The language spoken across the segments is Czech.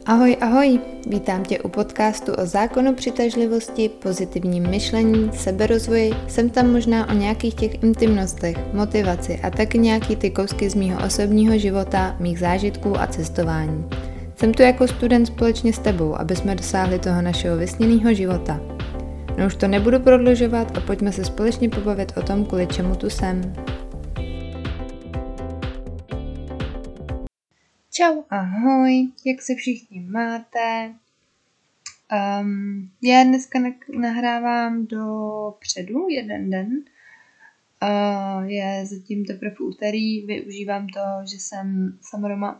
Ahoj, ahoj! Vítám tě u podcastu o zákonu přitažlivosti, pozitivním myšlení, seberozvoji, jsem tam možná o nějakých těch intimnostech, motivaci a taky nějaký ty kousky z mýho osobního života, mých zážitků a cestování. Jsem tu jako student společně s tebou, aby jsme dosáhli toho našeho vysněného života. No už to nebudu prodlužovat a pojďme se společně pobavit o tom, kvůli čemu tu jsem. Čau, ahoj, jak se všichni máte? Já dneska nahrávám dopředu, jeden den. Je zatím teprve úterý, využívám to, že jsem sama doma.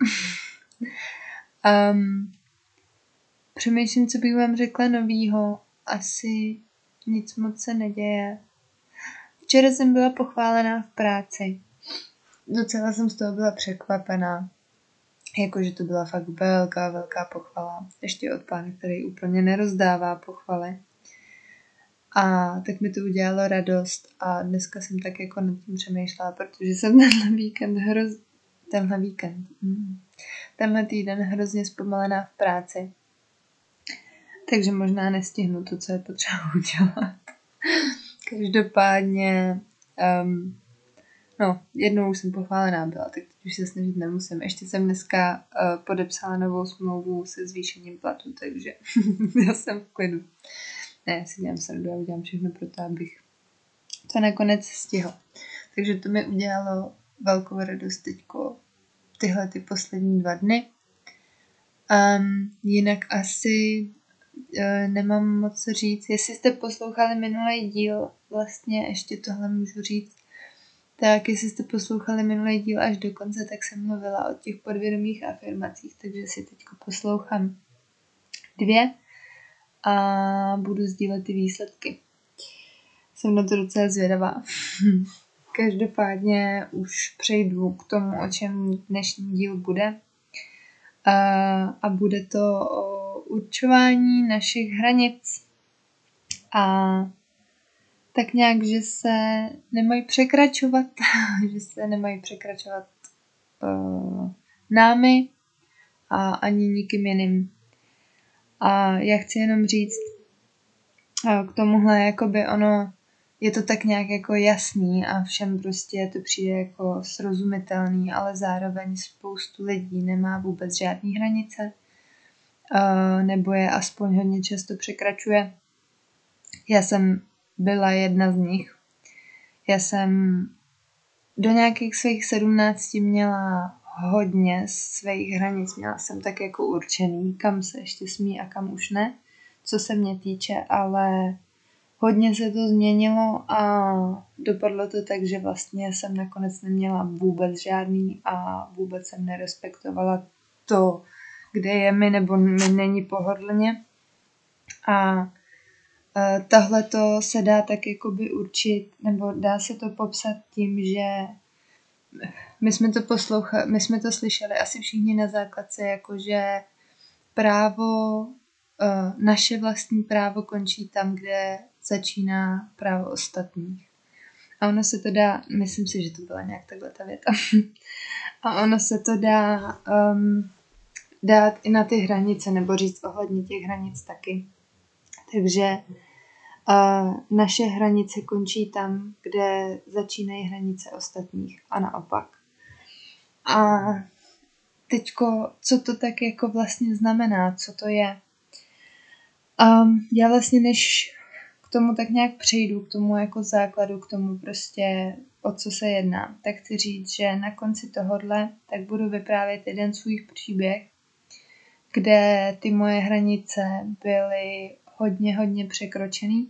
Přemýšlím, co bych vám řekla novýho. Asi nic moc se neděje. Včera jsem byla pochválená v práci. Docela jsem z toho byla překvapená. Jakože to byla fakt velká pochvala. Ještě od pána, který úplně nerozdává pochvaly. A tak mi to udělalo radost a dneska jsem tak jako nad tím přemýšlela, protože jsem tenhle týden hrozně zpomalená v práci. Takže možná nestihnu to, co je potřeba udělat. Každopádně jednou už jsem pochválená byla, tak teď už se snažit nemusím. Ještě jsem dneska podepsala novou smlouvu se zvýšením platu, takže já jsem v klidu. Ne, já si dělám srandu a udělám všechno pro to, abych to nakonec stihl. Takže to mi udělalo velkou radost teďko tyhle ty poslední 2 dny. Jinak asi nemám moc co říct. Jestli jste poslouchali minulý díl, vlastně ještě tohle můžu říct, tak jestli jste poslouchali minulý díl až do konce, tak jsem mluvila o těch podvědomých afirmacích, takže si teď poslouchám 2 a budu sdílet ty výsledky. Jsem na to docela zvědavá. Každopádně už přejdu k tomu, o čem dnešní díl bude. A bude to o určování našich hranic a tak nějak, že se nemají překračovat, námi a ani nikým jiným. A já chci jenom říct k tomuhle, jakoby ono je to tak nějak jako jasný a všem prostě to přijde jako srozumitelný, ale zároveň spoustu lidí nemá vůbec žádný hranice, nebo je aspoň hodně často překračuje. Já jsem byla jedna z nich. Já jsem do nějakých svých 17 měla hodně svých hranic. Měla jsem tak jako určený, kam se ještě smí a kam už ne, co se mě týče, ale hodně se to změnilo a dopadlo to tak, že vlastně jsem nakonec neměla vůbec žádný a vůbec jsem nerespektovala to, kde je mi nebo mi není pohodlně. A tahle to se dá tak jakoby určit, nebo dá se to popsat tím, že my jsme to slyšeli asi všichni na základce, jakože naše vlastní právo končí tam, kde začíná právo ostatních. A ono se to dá, myslím si, že to byla nějak takhle ta věta, a ono se to dá dát i na ty hranice, nebo říct ohledně těch hranic taky. Takže naše hranice končí tam, kde začínají hranice ostatních a naopak. A teďko, co to tak jako vlastně znamená, co to je? Já vlastně než k tomu tak nějak přejdu, k tomu jako základu, k tomu prostě o co se jedná, tak chci říct, že na konci tohodle tak budu vyprávět jeden svůj příběh, kde ty moje hranice byly hodně překročený.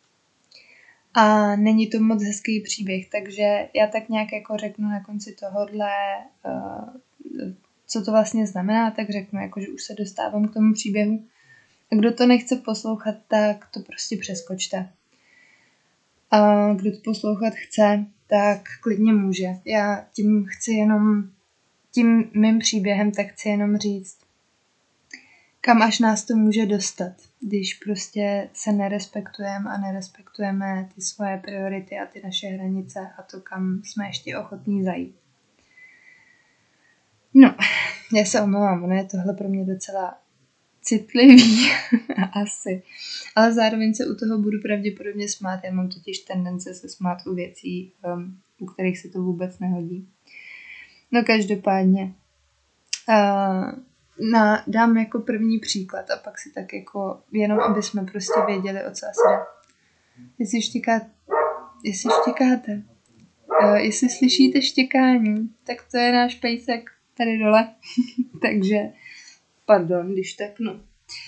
A není to moc hezký příběh, takže já tak nějak jako řeknu na konci tohodle, co to vlastně znamená, tak řeknu, jako, že už se dostávám k tomu příběhu. A kdo to nechce poslouchat, tak to prostě přeskočte. A kdo to poslouchat chce, tak klidně může. Já tím mým příběhem tak chci jenom říct, kam až nás to může dostat, když prostě se nerespektujeme a nerespektujeme ty svoje priority a ty naše hranice a to, kam jsme ještě ochotní zajít. No, já se omlouvám, ono je tohle pro mě docela citlivý, asi. Ale zároveň se u toho budu pravděpodobně smát. Já mám totiž tendence se smát u věcí, u kterých se to vůbec nehodí. No každopádně. Dám jako první příklad a pak si tak jako, jenom aby jsme prostě věděli, o co asi jde. Jestli štěkáte, jestli slyšíte štěkání, tak to je náš pejsek tady dole. Takže, pardon, když tak no.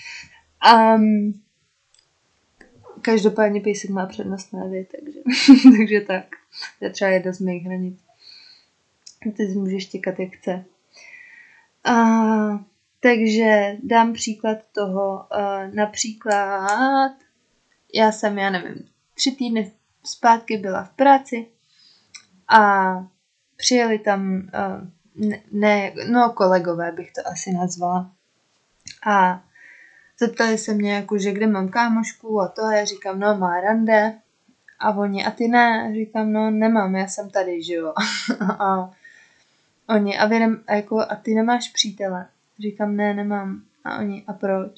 Každopádně pejsek má přednost na vě, takže tak. To je třeba jedna z mých hranic. Ty si můžeš štěkat, jak chce. Takže dám příklad toho. Například já nevím, 3 týdny zpátky byla v práci a přijeli tam kolegové bych to asi nazvala. A zeptali se mě, jako, že kde mám kámošku a to, a já říkám, no má rande. A oni, a ty ne? A říkám, no nemám, já jsem tady, že jo. A oni, a ty nemáš přítele? Říkám, ne, nemám. A oni, a proč?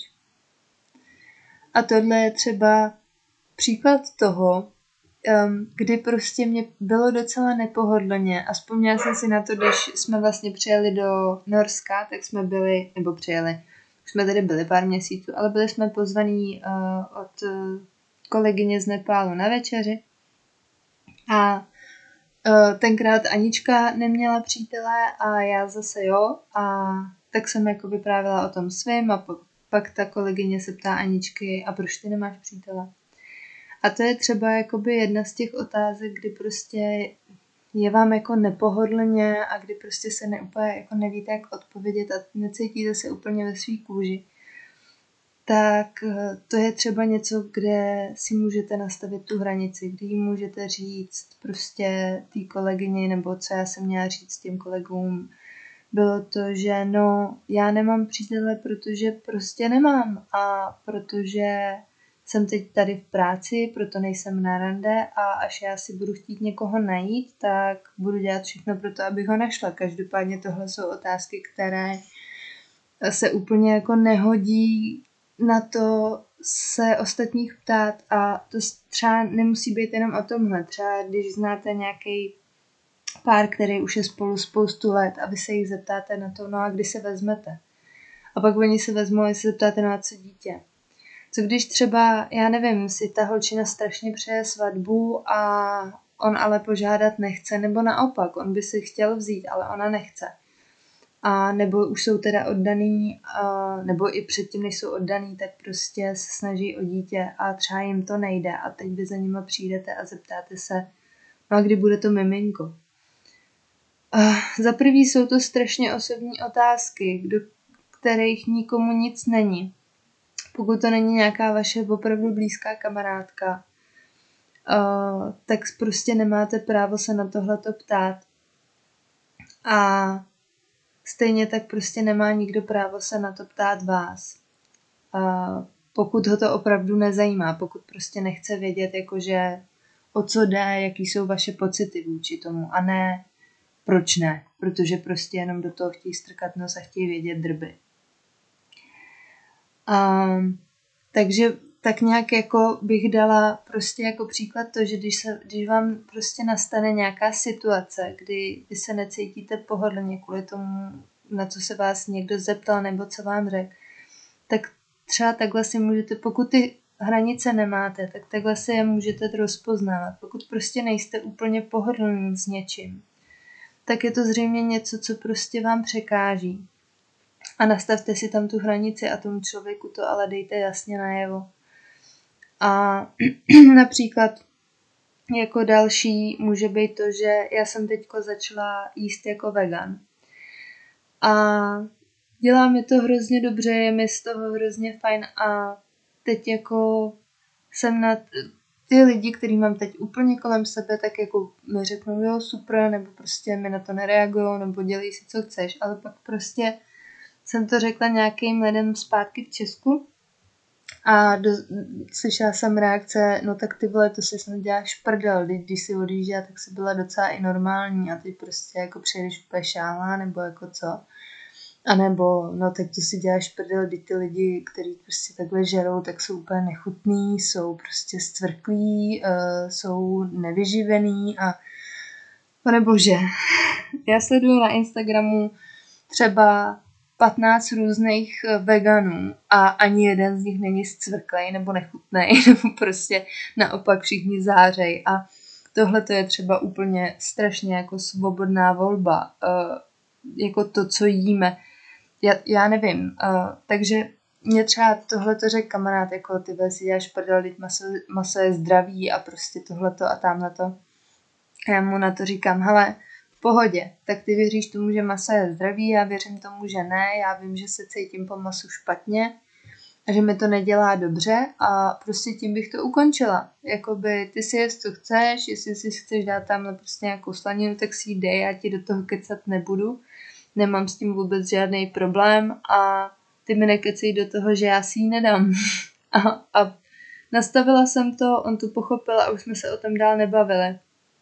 A tohle je třeba příklad toho, kdy prostě mě bylo docela nepohodlně a vzpomněla jsem si na to, když jsme vlastně přijeli do Norska, tak jsme jsme tady byli pár měsíců, ale byli jsme pozvaní od kolegyně z Nepálu na večeři a tenkrát Anička neměla přítele a já zase jo, a tak jsem jako vyprávěla o tom svým a pak ta kolegyně se ptá Aničky, a proč ty nemáš přítele? A to je třeba jakoby jedna z těch otázek, kdy prostě je vám jako nepohodlně a kdy prostě se úplně jako nevíte, jak odpovědět a necítíte se úplně ve svý kůži. Tak to je třeba něco, kde si můžete nastavit tu hranici, kdy jí můžete říct prostě té kolegyni, nebo co já jsem měla říct těm kolegům, bylo to, že no, já nemám přítele, protože prostě nemám a protože jsem teď tady v práci, proto nejsem na rande a až já si budu chtít někoho najít, tak budu dělat všechno pro to, abych ho našla. Každopádně tohle jsou otázky, které se úplně jako nehodí na to se ostatních ptát a to třeba nemusí být jenom o tomhle. Třeba když znáte nějaký pár, který už je spolu spoustu let a vy se jich zeptáte na to, no a kdy se vezmete. A pak oni se vezmou a se zeptáte, no a co dítě. Co když třeba, já nevím, si ta holčina strašně přeje svatbu a on ale požádat nechce, nebo naopak, on by si chtěl vzít, ale ona nechce. A nebo už jsou teda oddaný, nebo i předtím, než jsou oddaný, tak prostě se snaží o dítě a třeba jim to nejde a teď vy za nima přijdete a zeptáte se, no a kdy bude to miminko. Za prvý jsou to strašně osobní otázky, do kterých nikomu nic není. Pokud to není nějaká vaše opravdu blízká kamarádka, tak prostě nemáte právo se na tohleto ptát. A stejně tak prostě nemá nikdo právo se na to ptát vás. Pokud ho to opravdu nezajímá, pokud prostě nechce vědět, jakože o co jde, jaký jsou vaše pocity vůči tomu. A ne, proč ne, protože prostě jenom do toho chtějí strkat nos a chtějí vědět drby. Takže tak nějak jako bych dala prostě jako příklad to, že když vám prostě nastane nějaká situace, kdy vy se necítíte pohodlně kvůli tomu, na co se vás někdo zeptal nebo co vám řekl, tak třeba takhle si můžete, pokud ty hranice nemáte, tak takhle si je můžete rozpoznávat. Pokud prostě nejste úplně pohodlní s něčím, tak je to zřejmě něco, co prostě vám překáží. A nastavte si tam tu hranici a tomu člověku to ale dejte jasně najevo. A například jako další může být to, že já jsem teďko začala jíst jako vegan. A dělá mi to hrozně dobře, je mi z toho hrozně fajn a teď jako jsem na ty lidi, který mám teď úplně kolem sebe, tak jako mi řeknou, jo, super, nebo prostě mi na to nereagujou, nebo dělej si, co chceš, ale pak prostě jsem to řekla nějakým lidem zpátky v Česku a slyšela jsem reakce, no tak ty vole, to si snad děláš prdel, když si odjížděla, tak si byla docela i normální a teď prostě jako přijedeš úplně šálá, nebo jako co. A nebo, no tak to si děláš prdel, kdy ty lidi, kteří prostě takhle žerou, tak jsou úplně nechutný, jsou prostě stvrklí, jsou nevyživený a pane bože, já sleduju na Instagramu třeba 15 různých veganů a ani jeden z nich není zcvrklej nebo nechutnej, nebo prostě naopak všichni zářej a tohle to je třeba úplně strašně jako svobodná volba, jako to, co jíme. Já nevím, takže mě třeba tohleto řekl kamarád, jako ty si děláš prdel, teď maso je zdraví a prostě tohleto a tamhleto. A já mu na to říkám, hele, v pohodě, tak ty věříš tomu, že maso je zdraví, já věřím tomu, že ne, já vím, že se cítím po masu špatně a že mi to nedělá dobře a prostě tím bych to ukončila. Jakoby ty si jest, co chceš, jestli si chceš dát tamhle prostě nějakou slaninu, tak si ji dej, já ti do toho kecat nebudu. Nemám s tím vůbec žádný problém a ty mi nekecej do toho, že já si ji nedám. a nastavila jsem to, on to pochopil a už jsme se o tom dál nebavili.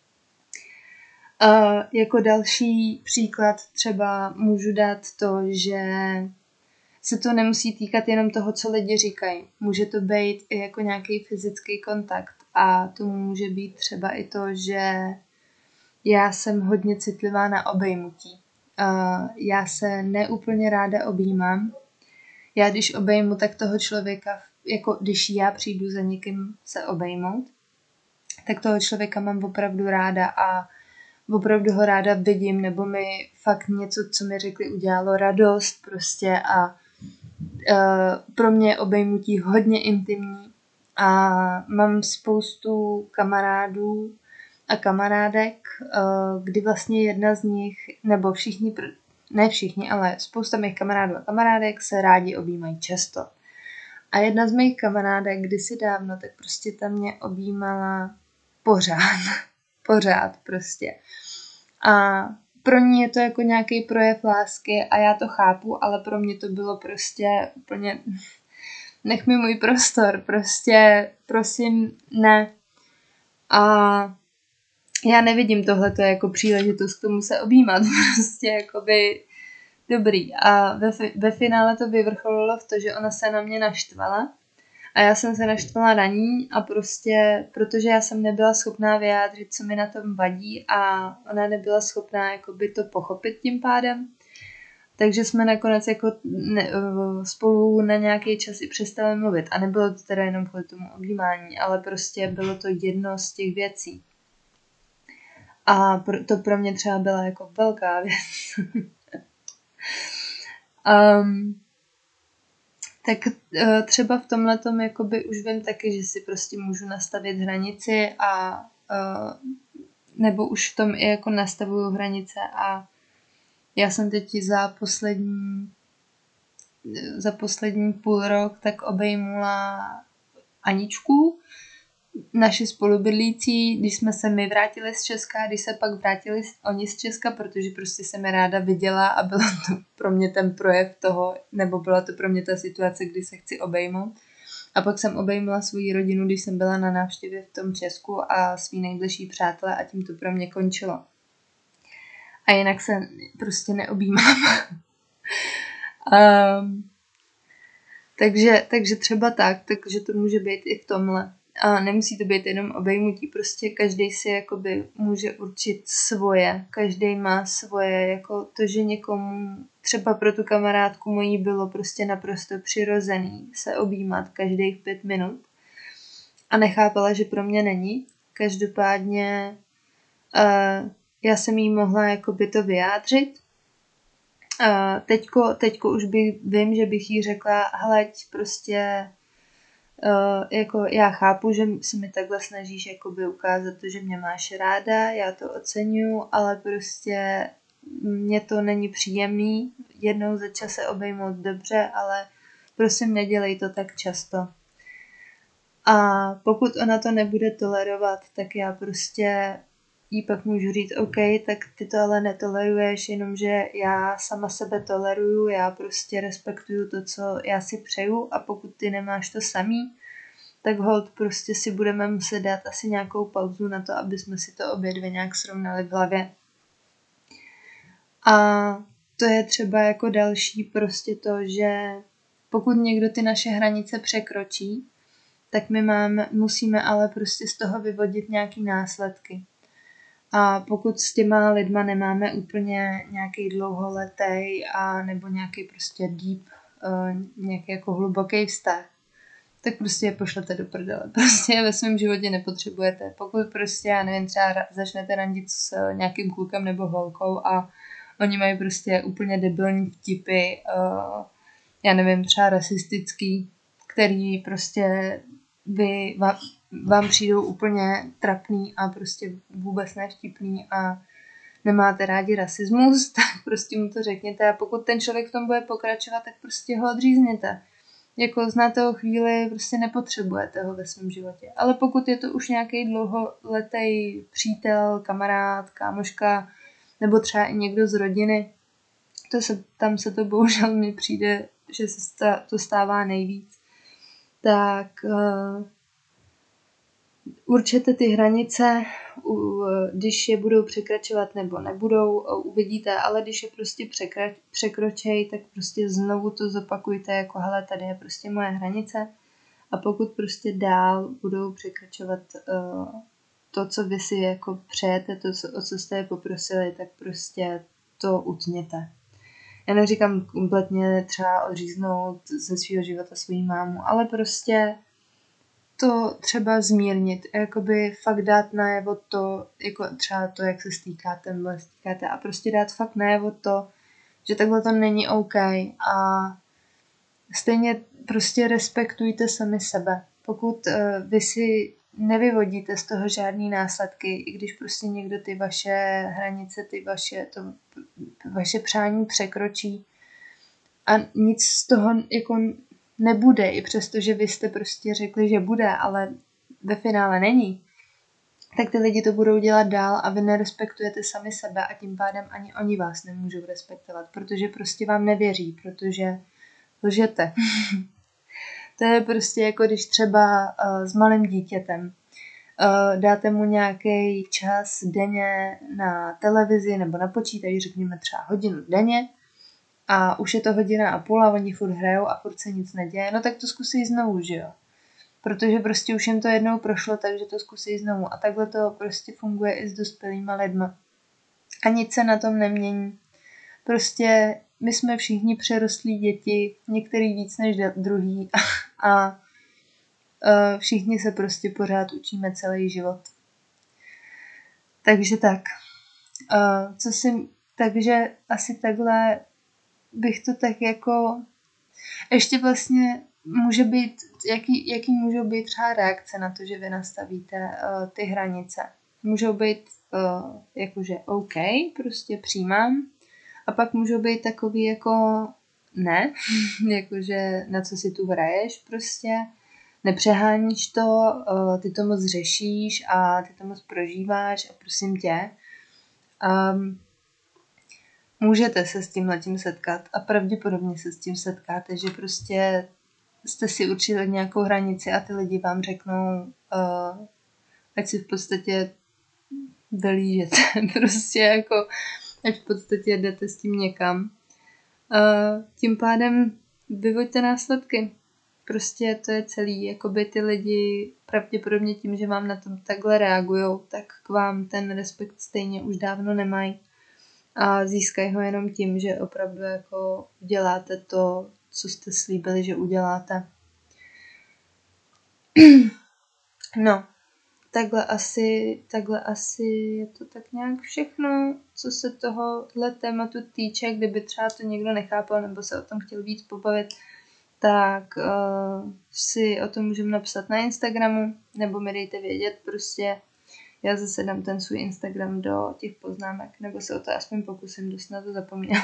Jako další příklad třeba můžu dát to, že se to nemusí týkat jenom toho, co lidi říkají. Může to být i jako nějaký fyzický kontakt a to může být třeba i to, že já jsem hodně citlivá na obejmutí. Já se neúplně ráda objímám. Já když obejmu, tak toho člověka, jako když já přijdu za někým se obejmout, tak toho člověka mám opravdu ráda a opravdu ho ráda vidím, nebo mi fakt něco, co mi řekli, udělalo radost prostě a pro mě je obejmutí hodně intimní a mám spoustu kamarádů a kamarádek, kdy vlastně jedna z nich, nebo všichni, ne všichni, ale spousta mých kamarádů a kamarádek se rádi objímají často. A jedna z mých kamarádek kdysi dávno, tak prostě tam mě objímala pořád prostě. A pro ní je to jako nějaký projev lásky a já to chápu, ale pro mě to bylo prostě úplně nech mi můj prostor, prostě prosím ne. A já nevidím tohleto jako příležitost k tomu se objímat, prostě jakoby dobrý. A ve finále to vyvrcholilo v to, že ona se na mě naštvala a já jsem se naštvala na ní a prostě, protože já jsem nebyla schopná vyjádřit, co mi na tom vadí a ona nebyla schopná jakoby to pochopit tím pádem. Takže jsme nakonec jako spolu na nějaký čas i přestali mluvit. A nebylo to teda jenom kvůli tomu objímání, ale prostě bylo to jedno z těch věcí. A to pro mě třeba byla jako velká věc. Tak třeba v tomhletom jakoby už vím taky, že si prostě můžu nastavit hranici a nebo už v tom i jako nastavuju hranice a já jsem teď za poslední půl rok tak obejmula Aničku, naši spolubydlící, když jsme se my vrátili z Česka, když se pak vrátili oni z Česka, protože prostě jsem je ráda viděla a bylo to pro mě ten projev toho, nebo byla to pro mě ta situace, kdy se chci obejmout. A pak jsem obejmula svou rodinu, když jsem byla na návštěvě v tom Česku a svý nejbližší přátelé a tím to pro mě končilo. A jinak se prostě neobjímám. Takže třeba takže to může být i v tomhle. A nemusí to být jenom obejmutí, prostě každý si jakoby může určit svoje, každý má svoje, jako to, že někomu, třeba pro tu kamarádku mojí bylo prostě naprosto přirozený se objímat každých 5 minut a nechápala, že pro mě není. Každopádně já jsem jí mohla jakoby to vyjádřit. Teďko už vím, že bych jí řekla, hleď, prostě jako já chápu, že se mi takhle snažíš jakoby ukázat to, že mě máš ráda, já to oceňuju, ale prostě mně to není příjemný jednou za čas se obejmout dobře, ale prosím nedělej to tak často. A pokud ona to nebude tolerovat, tak já prostě jí pak můžu říct, OK, tak ty to ale netoleruješ, jenomže já sama sebe toleruju, já prostě respektuju to, co já si přeju a pokud ty nemáš to samý, tak hold prostě si budeme muset dát asi nějakou pauzu na to, aby jsme si to obě dvě nějak srovnali v hlavě. A to je třeba jako další prostě to, že pokud někdo ty naše hranice překročí, tak my musíme ale prostě z toho vyvodit nějaký následky. A pokud s těma lidma nemáme úplně nějaký dlouholetý a nebo nějaký prostě deep, nějaký jako hluboký vztah, tak prostě je pošlete do prdele. Prostě je ve svém životě nepotřebujete. Pokud prostě, já nevím, třeba začnete randit s nějakým klukem nebo holkou a oni mají prostě úplně debilní vtipy, já nevím, třeba rasistický, který prostě vám přijdou úplně trapný a prostě vůbec nevtipný a nemáte rádi rasismus, tak prostě mu to řekněte a pokud ten člověk v tom bude pokračovat, tak prostě ho odřízněte. Jako znáte ho chvíli, prostě nepotřebujete ho ve svém životě. Ale pokud je to už nějaký dlouholetý přítel, kamarád, kámoška, nebo třeba i někdo z rodiny, tam se to bohužel mi přijde, že se to stává nejvíc, tak určete ty hranice, když je budou překračovat nebo nebudou, uvidíte, ale když je prostě překročej, tak prostě znovu to zopakujte, jako hele, tady je prostě moje hranice a pokud prostě dál budou překračovat to, co vy si jako přejete, to, o co jste je poprosili, tak prostě to utněte. Já neříkám kompletně třeba odříznout ze svého života svou mámu, ale prostě to třeba zmírnit, jakoby fakt dát najevo to, jako třeba to, jak se stýkáte a prostě dát fakt najevo to, že takhle to není OK a stejně prostě respektujte sami sebe. Pokud vy si nevyvodíte z toho žádný následky, i když prostě někdo ty vaše hranice, vaše přání překročí a nic z toho jako nebude, i přesto, že vy jste prostě řekli, že bude, ale ve finále není, tak ty lidi to budou dělat dál a vy nerespektujete sami sebe a tím pádem ani oni vás nemůžou respektovat, protože prostě vám nevěří, protože lžete. To je prostě jako když třeba s malým dítětem dáte mu nějaký čas denně na televizi nebo na počítači, řekněme třeba hodinu denně, a už je to 1,5 hodiny a oni furt hrajou a furt se nic neděje, no tak to zkusí znovu, že jo. Protože prostě už jim to jednou prošlo, takže to zkusí znovu. A takhle to prostě funguje i s dospělýma lidma. A nic se na tom nemění. Prostě my jsme všichni přerostlí děti, některý víc než druhý a všichni se prostě pořád učíme celý život. Takže tak. Takže asi takhle bych to tak jako... Ještě vlastně může být, jaký můžou být třeba reakce na to, že vy nastavíte ty hranice. Můžou být jakože OK, prostě přijímám. A pak můžou být takový jako ne, jakože na co si tu hraješ prostě. Nepřeháníš to, ty to moc řešíš a ty to moc prožíváš a prosím tě. Můžete se s tímhletím setkat a pravděpodobně se s tím setkáte, že prostě jste si určili nějakou hranici a ty lidi vám řeknou, ať si v podstatě vylížete, prostě jako, ať v podstatě jdete s tím někam. Tím pádem vyvoďte následky. Prostě to je celý, jakoby ty lidi pravděpodobně tím, že vám na tom takhle reagujou, tak k vám ten respekt stejně už dávno nemají. A získají ho jenom tím, že opravdu jako děláte to, co jste slíbili, že uděláte. No, takhle asi je to tak nějak všechno, co se tohohle tématu týče. Kdyby třeba to někdo nechápal nebo se o tom chtěl víc pobavit, tak si o tom můžeme napsat na Instagramu, nebo mi dejte vědět prostě. Já zase dám ten svůj Instagram do těch poznámek, nebo se o to aspoň pokusím, dost na to zapomínám.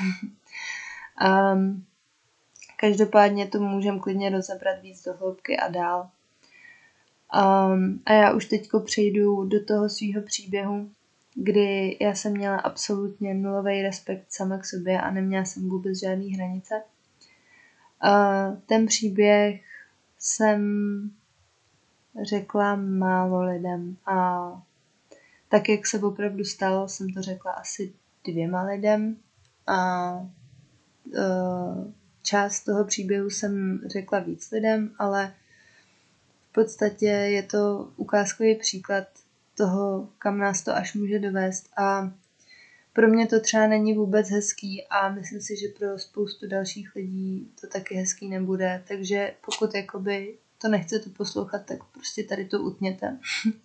Každopádně to můžeme klidně rozebrat víc do hloubky a dál. A já už teďko přejdu do toho svýho příběhu, kdy já jsem měla absolutně nulový respekt sama k sobě a neměla jsem vůbec žádný hranice. Ten příběh jsem řekla málo lidem a tak, jak se opravdu stalo, jsem to řekla asi 2 lidem a část toho příběhu jsem řekla víc lidem, ale v podstatě je to ukázkový příklad toho, kam nás to až může dovést. A pro mě to třeba není vůbec hezký a myslím si, že pro spoustu dalších lidí to taky hezký nebude. Takže pokud jakoby to nechcete poslouchat, tak prostě tady to utněte.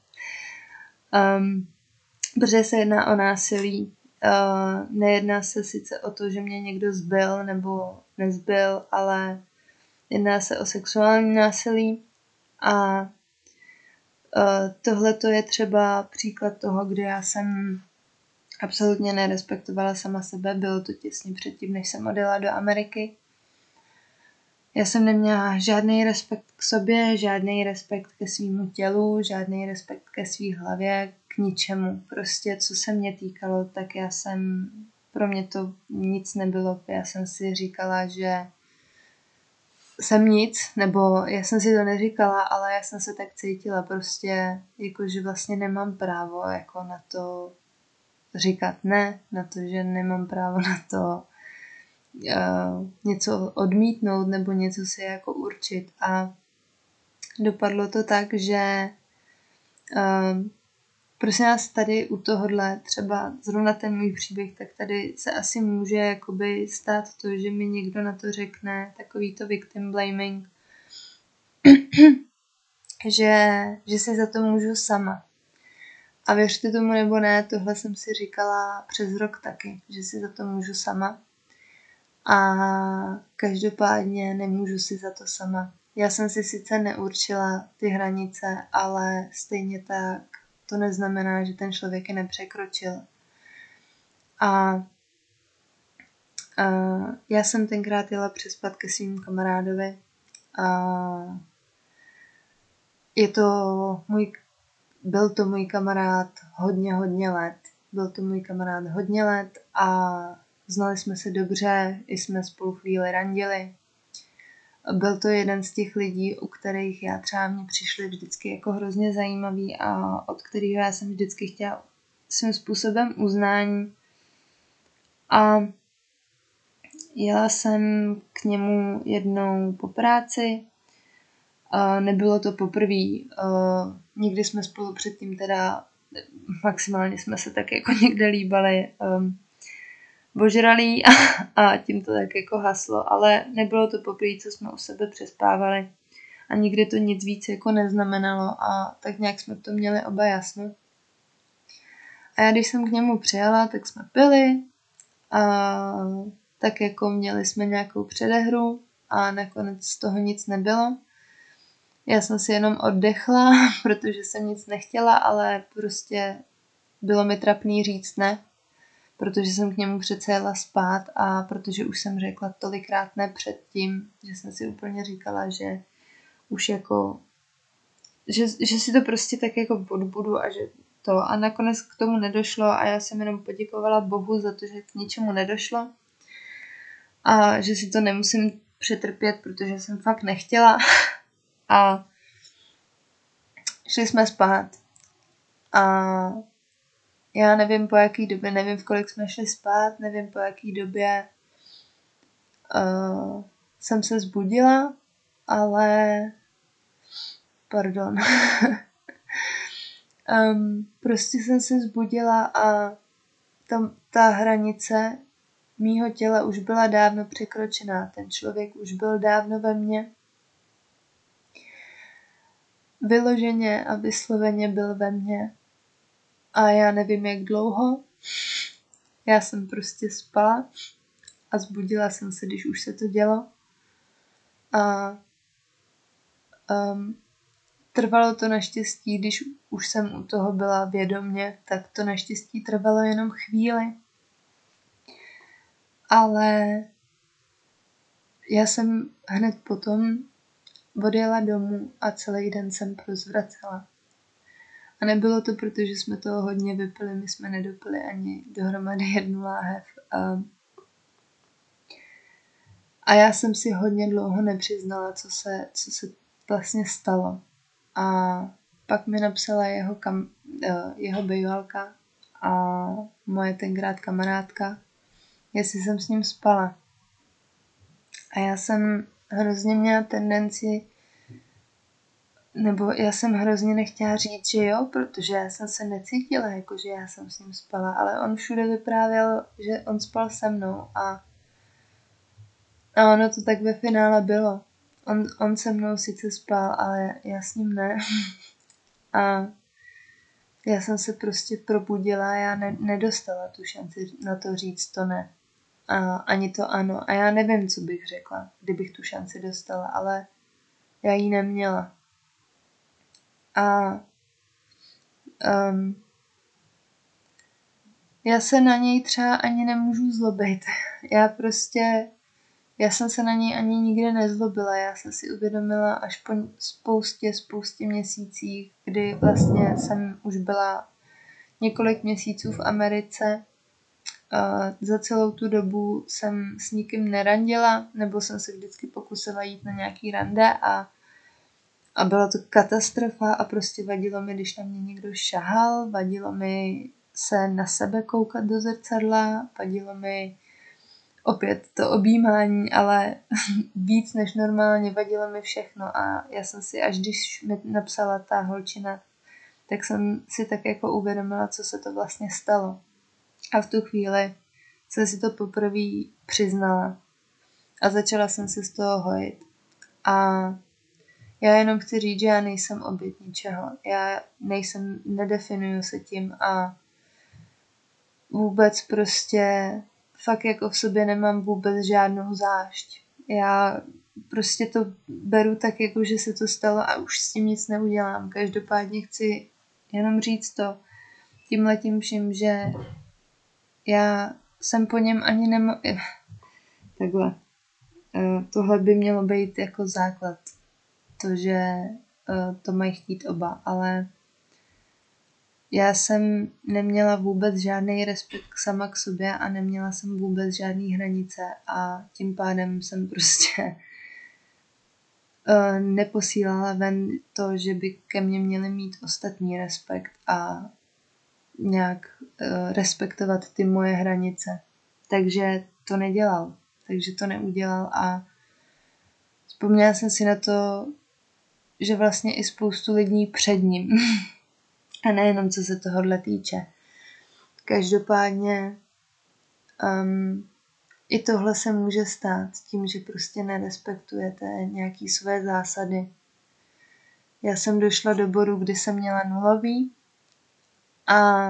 Protože se jedná o násilí. Nejedná se sice o to, že mě někdo zbil nebo nezbil, ale jedná se o sexuální násilí a tohle to je třeba příklad toho, kdy já jsem absolutně nerespektovala sama sebe. Bylo to těsně předtím, než jsem odjela do Ameriky. Já jsem neměla žádný respekt k sobě, žádný respekt ke svýmu tělu, žádný respekt ke svý hlavě, k ničemu. Prostě, co se mě týkalo, tak pro mě to nic nebylo. Já jsem si říkala, že jsem nic, nebo já jsem si to neříkala, ale já jsem se tak cítila prostě, jako že vlastně nemám právo jako na to říkat ne, na to, že nemám právo na to něco odmítnout nebo něco si jako určit. A dopadlo to tak, že prosím nás tady u tohohle, třeba zrovna ten můj příběh, tak tady se asi může jakoby stát to, že mi někdo na to řekne takový to victim blaming, že si za to můžu sama. A věřte tomu nebo ne, tohle jsem si říkala přes rok taky, že si za to můžu sama. A každopádně nemůžu si za to sama. Já jsem si sice neurčila ty hranice, ale stejně tak to neznamená, že ten člověk je nepřekročil. A já jsem tenkrát jela přespat ke svým kamarádovi. Byl to můj kamarád hodně let. Byl to můj kamarád hodně let a znali jsme se dobře, i jsme spolu chvíli randili. Byl to jeden z těch lidí, u kterých já třeba mě přišli vždycky jako hrozně zajímavý a od kterého já jsem vždycky chtěla svým způsobem uznání. A jela jsem k němu jednou po práci. Nebylo to poprvé. Nikdy jsme spolu předtím teda maximálně jsme se tak jako někde líbali božralí a tím to tak jako haslo, ale nebylo to poprvé, co jsme u sebe přespávali a nikdy to nic víc jako neznamenalo a tak nějak jsme to měli oba jasno. A já když jsem k němu přijela, tak jsme pili a tak jako měli jsme nějakou předehru a nakonec z toho nic nebylo. Já jsem si jenom oddechla, protože jsem nic nechtěla, ale prostě bylo mi trapný říct ne, protože jsem k němu přece jela spát a protože už jsem řekla tolikrát ne předtím, že jsem si úplně říkala, že už jako, že si to prostě tak jako odbudu a že to. A nakonec k tomu nedošlo a já jsem jenom poděkovala Bohu za to, že k ničemu nedošlo a že si to nemusím přetrpět, protože jsem fakt nechtěla. A šli jsme spát. A já nevím po jaký době, nevím v kolik jsme šli spát, nevím po jaký době jsem se zbudila, ale pardon. Prostě jsem se zbudila a ta hranice mýho těla už byla dávno překročená. Ten člověk už byl dávno ve mně. Vyloženě a vysloveně byl ve mně. A já nevím, jak dlouho. Já jsem prostě spala a zbudila jsem se, když už se to dělo. A trvalo to naštěstí, když už jsem u toho byla vědomě, tak to naštěstí trvalo jenom chvíli. Ale já jsem hned potom odjela domů a celý den jsem prozvracela. A nebylo to, protože jsme toho hodně vypili, my jsme nedopili ani dohromady 1 láhev. A já jsem si hodně dlouho nepřiznala, co se vlastně stalo. A pak mi napsala jeho bývalka a moje tenkrát kamarádka, jestli jsem s ním spala. A já jsem hrozně měla tendenci, nebo já jsem hrozně nechtěla říct, že jo, protože já jsem se necítila, jako že já jsem s ním spala, ale on všude vyprávěl, že on spal se mnou a ono to tak ve finále bylo. On se mnou sice spal, ale já s ním ne. A já jsem se prostě probudila a já nedostala tu šanci na to říct to ne. A ani to ano. A já nevím, co bych řekla, kdybych tu šanci dostala, ale já ji neměla. A já se na něj třeba ani nemůžu zlobit. Já jsem se na něj ani nikdy nezlobila. Já jsem si uvědomila až po spoustě měsících, kdy vlastně jsem už byla několik měsíců v Americe. Za celou tu dobu jsem s nikým nerandila, nebo jsem se vždycky pokusila jít na nějaký rande a byla to katastrofa a prostě vadilo mi, když na mě někdo šahal, vadilo mi se na sebe koukat do zrcadla, vadilo mi opět to objímání, ale víc než normálně vadilo mi všechno a já jsem si, až když mi napsala ta holčina, tak jsem si tak jako uvědomila, co se to vlastně stalo. A v tu chvíli jsem si to poprvé přiznala a začala jsem se z toho hojit. A já jenom chci říct, že já nejsem oběť ničeho. Já nedefinuju se tím a vůbec prostě fakt jako v sobě nemám vůbec žádnou zášť. Já prostě to beru tak, jako že se to stalo a už s tím nic neudělám. Každopádně chci jenom říct to tímhletím vším, že já jsem po něm ani takhle. Tohle by mělo být jako základ. To, že to mají chtít oba, ale já jsem neměla vůbec žádný respekt sama k sobě a neměla jsem vůbec žádný hranice a tím pádem jsem prostě neposílala ven to, že by ke mně měli mít ostatní respekt a nějak respektovat ty moje hranice. Takže to nedělal. Takže to neudělal a vzpomněla jsem si na to, že vlastně i spoustu lidí před ním. A nejenom co se tohohle týče. Každopádně i tohle se může stát tím, že prostě nerespektujete nějaký své zásady. Já jsem došla do bodu, kdy jsem měla nulový a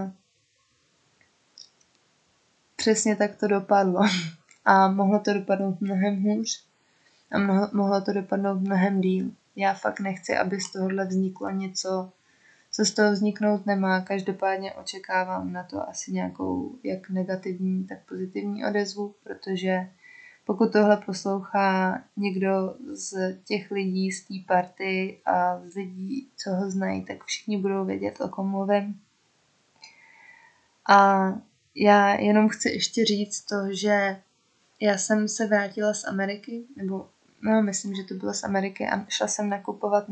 přesně tak to dopadlo. A mohlo to dopadnout mnohem hůř a mohlo to dopadnout mnohem díl. Já fakt nechci, aby z tohohle vzniklo něco, co z toho vzniknout nemá. Každopádně očekávám na to asi nějakou jak negativní, tak pozitivní odezvu, protože pokud tohle poslouchá někdo z těch lidí z té party a z lidí, co ho znají, tak všichni budou vědět, o kom mluvím. A já jenom chci ještě říct to, že já jsem se vrátila z Ameriky, nebo myslím, že to bylo z Ameriky a šla jsem nakupovat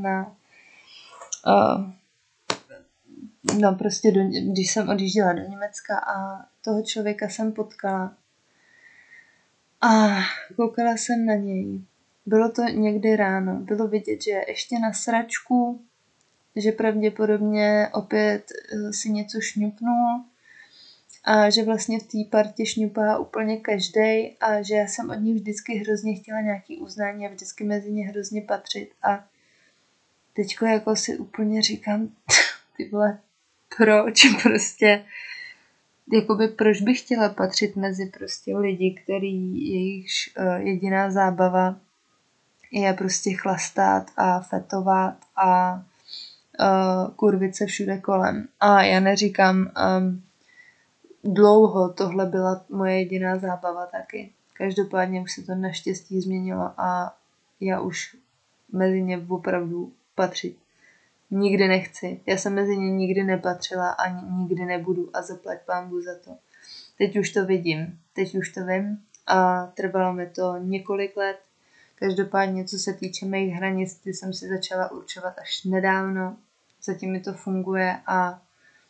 prostě když jsem odjížděla do Německa a toho člověka jsem potkala a koukala jsem na něj. Bylo to někdy ráno, bylo vidět, že ještě na sračku, že pravděpodobně opět si něco šňupnul a že vlastně v té partě šňupá úplně každej a že já jsem od ní vždycky hrozně chtěla nějaký uznání a vždycky mezi ně hrozně patřit a teďko jako si úplně říkám, ty vole, proč prostě, jakoby proč bych chtěla patřit mezi prostě lidi, jejichž jediná zábava je prostě chlastat a fetovat a kurvit se všude kolem. A já neříkám, dlouho tohle byla moje jediná zábava taky. Každopádně už se to naštěstí změnilo a já už mezi ně opravdu patřit nikdy nechci. Já jsem mezi ně nikdy nepatřila a nikdy nebudu a zaplať pánbůh za to. Teď už to vidím, teď už to vím a trvalo mi to několik let. Každopádně, co se týče mých hranic, ty jsem si začala určovat až nedávno. Zatím mi to funguje a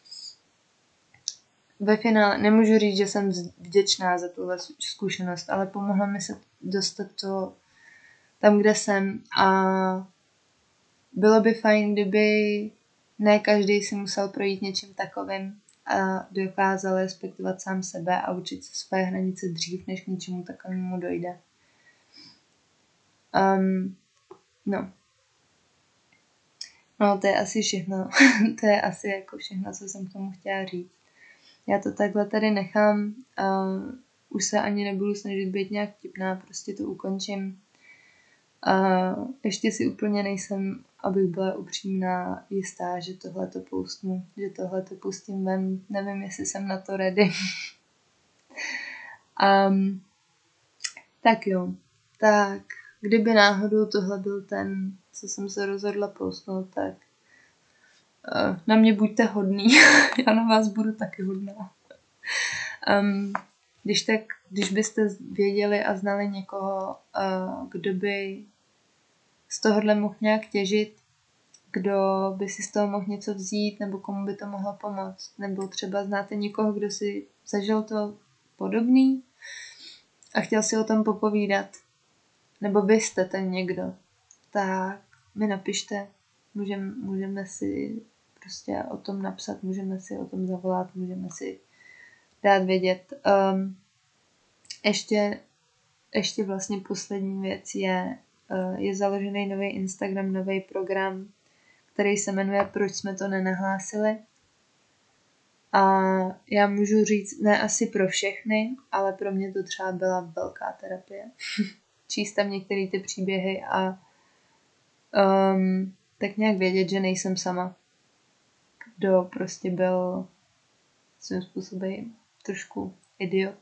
ve finále nemůžu říct, že jsem vděčná za tuhle zkušenost, ale pomohla mi se dostat to tam, kde jsem, a bylo by fajn, kdyby ne každý si musel projít něčím takovým a dokázal respektovat sám sebe a učit se své hranice dřív, než k něčemu takovému dojde. No, to je asi všechno. To je asi jako všechno, co jsem k tomu chtěla říct. Já to takhle tady nechám. Už se ani nebudu snažit být nějak vtipná, prostě to ukončím. Ještě si úplně nejsem, abych byla upřímná, jistá, že tohle to postnu, že tohle to pustím ven. Nevím, jestli jsem na to ready. Tak jo. Tak, kdyby náhodou tohle byl ten, co jsem se rozhodla postnout, tak na mě buďte hodný. Já na vás budu taky hodná. Když byste věděli a znali někoho, kdo by z tohohle mohl nějak těžit, kdo by si z toho mohl něco vzít, nebo komu by to mohlo pomoct, nebo třeba znáte někoho, kdo si zažil to podobný a chtěl si o tom popovídat, nebo vy jste ten někdo, tak mi napište, můžeme si prostě o tom napsat, můžeme si o tom zavolat, můžeme si dát vědět. Ještě vlastně poslední věc je založený nový Instagram, nový program, který se jmenuje Proč jsme to nenahlásili. A já můžu říct, ne asi pro všechny, ale pro mě to třeba byla velká terapie. Číst tam některé ty příběhy a tak nějak vědět, že nejsem sama. Kdo prostě byl svým způsobem trošku idiot.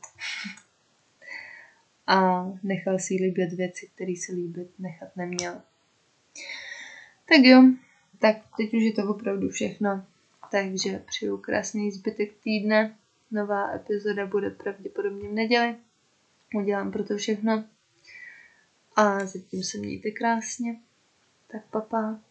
A nechal si líbit věci, které si líbit nechat neměl. Tak jo, tak teď už je to opravdu všechno. Takže přeju krásný zbytek týdne. Nová epizoda bude pravděpodobně v neděli. Udělám pro to všechno. A zatím se mějte krásně. Tak papa.